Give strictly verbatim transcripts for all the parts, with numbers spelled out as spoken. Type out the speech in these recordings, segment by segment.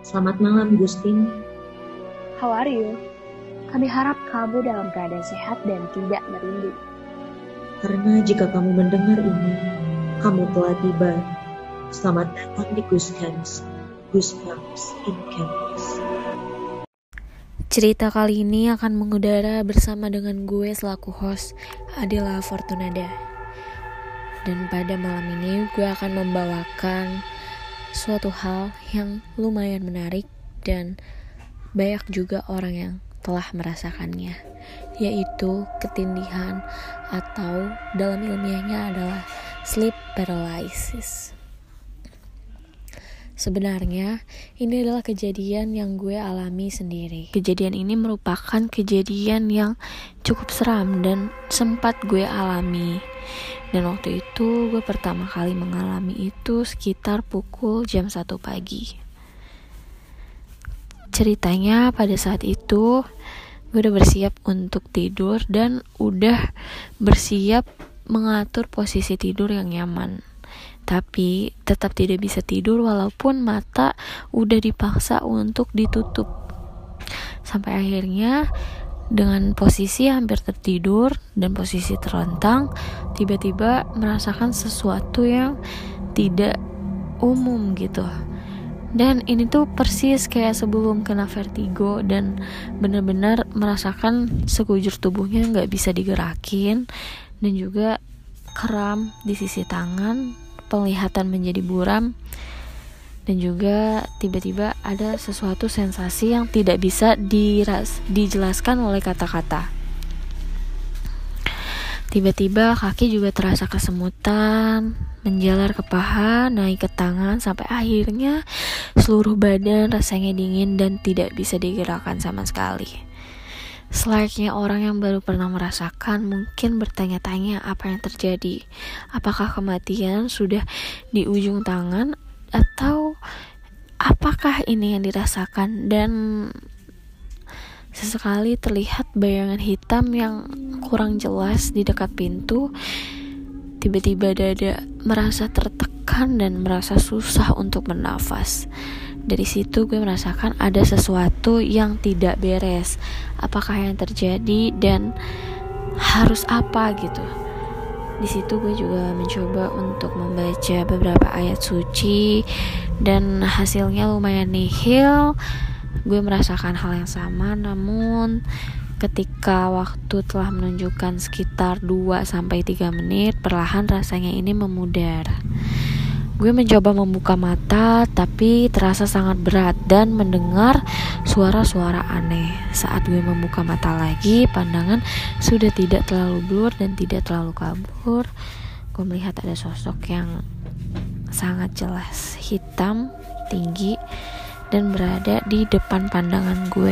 Selamat malam, Gustin. How are you? Kami harap kamu dalam keadaan sehat dan tidak merindu. Karena jika kamu mendengar ini, kamu telah tiba. Selamat datang di Goosecamps, Goosebumps in Campus. Cerita kali ini akan mengudara bersama dengan gue selaku host, Adela Fortunada. Dan pada malam ini gue akan membawakan suatu hal yang lumayan menarik dan banyak juga orang yang telah merasakannya, yaitu ketindihan atau dalam ilmiahnya adalah sleep paralysis. Sebenarnya ini adalah kejadian yang gue alami sendiri. Kejadian ini merupakan kejadian yang cukup seram dan sempat gue alami. Dan waktu itu gue pertama kali mengalami itu sekitar pukul jam satu pagi. Ceritanya pada saat itu gue udah bersiap untuk tidur dan udah bersiap mengatur posisi tidur yang nyaman. Tapi tetap tidak bisa tidur walaupun mata udah dipaksa untuk ditutup. Sampai akhirnya dengan posisi hampir tertidur dan posisi terlentang, tiba-tiba merasakan sesuatu yang tidak umum gitu. Dan ini tuh persis kayak sebelum kena vertigo dan benar-benar merasakan sekujur tubuhnya gak bisa digerakin dan juga kram di sisi tangan, penglihatan menjadi buram, dan juga tiba-tiba ada sesuatu sensasi yang tidak bisa diras, dijelaskan oleh kata-kata. Tiba-tiba kaki juga terasa kesemutan, menjalar ke paha, naik ke tangan, sampai akhirnya seluruh badan rasanya dingin dan tidak bisa digerakkan sama sekali. Selayaknya orang yang baru pernah merasakan mungkin bertanya-tanya apa yang terjadi. Apakah kematian sudah di ujung tangan atau apakah ini yang dirasakan? Dan sesekali terlihat bayangan hitam yang kurang jelas di dekat pintu. Tiba-tiba dada merasa tertekan dan merasa susah untuk bernafas. Dari situ gue merasakan ada sesuatu yang tidak beres. Apakah yang terjadi dan harus apa gitu. Di situ gue juga mencoba untuk membaca beberapa ayat suci dan hasilnya lumayan nihil. Gue merasakan hal yang sama, namun ketika waktu telah menunjukkan sekitar dua sampai tiga menit, perlahan rasanya ini memudar. Gue mencoba membuka mata, tapi terasa sangat berat dan mendengar suara-suara aneh. Saat gue membuka mata lagi, pandangan sudah tidak terlalu blur dan tidak terlalu kabur. Gue melihat ada sosok yang sangat jelas, hitam, tinggi, dan berada di depan pandangan gue.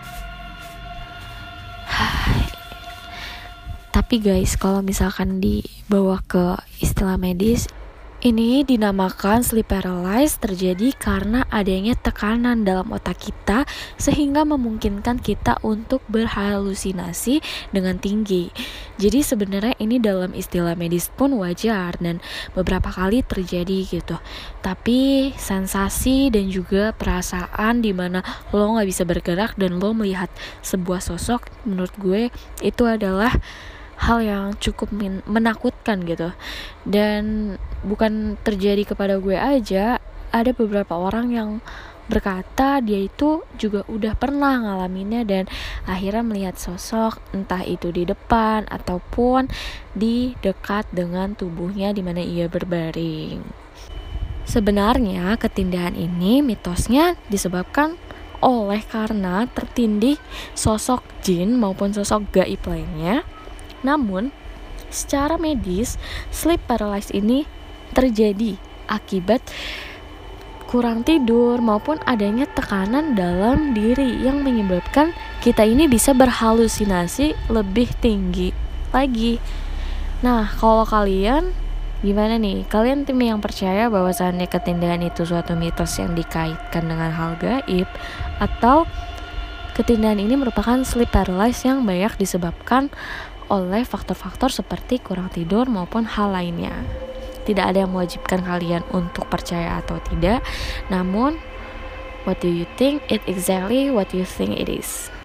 Tapi guys, kalau misalkan dibawa ke istilah medis, ini dinamakan sleep paralysis, terjadi karena adanya tekanan dalam otak kita sehingga memungkinkan kita untuk berhalusinasi dengan tinggi. Jadi sebenarnya ini dalam istilah medis pun wajar dan beberapa kali terjadi gitu. Tapi sensasi dan juga perasaan di mana lo gak bisa bergerak dan lo melihat sebuah sosok, menurut gue itu adalah hal yang cukup min- menakutkan gitu. Dan bukan terjadi kepada gue aja, ada beberapa orang yang berkata dia itu juga udah pernah ngalaminnya dan akhirnya melihat sosok, entah itu di depan ataupun di dekat dengan tubuhnya di mana ia berbaring. Sebenarnya ketindihan ini mitosnya disebabkan oleh karena tertindih sosok jin maupun sosok gaib lainnya. Namun, secara medis, sleep paralysis ini terjadi akibat kurang tidur maupun adanya tekanan dalam diri yang menyebabkan kita ini bisa berhalusinasi lebih tinggi lagi. Nah, kalau kalian gimana nih? Kalian tim yang percaya bahwasannya ketindihan itu suatu mitos yang dikaitkan dengan hal gaib, atau ketindihan ini merupakan sleep paralysis yang banyak disebabkan oleh faktor-faktor seperti kurang tidur maupun hal lainnya? Tidak ada yang mewajibkan kalian untuk percaya atau tidak, namun What do you think? It exactly what you think it is.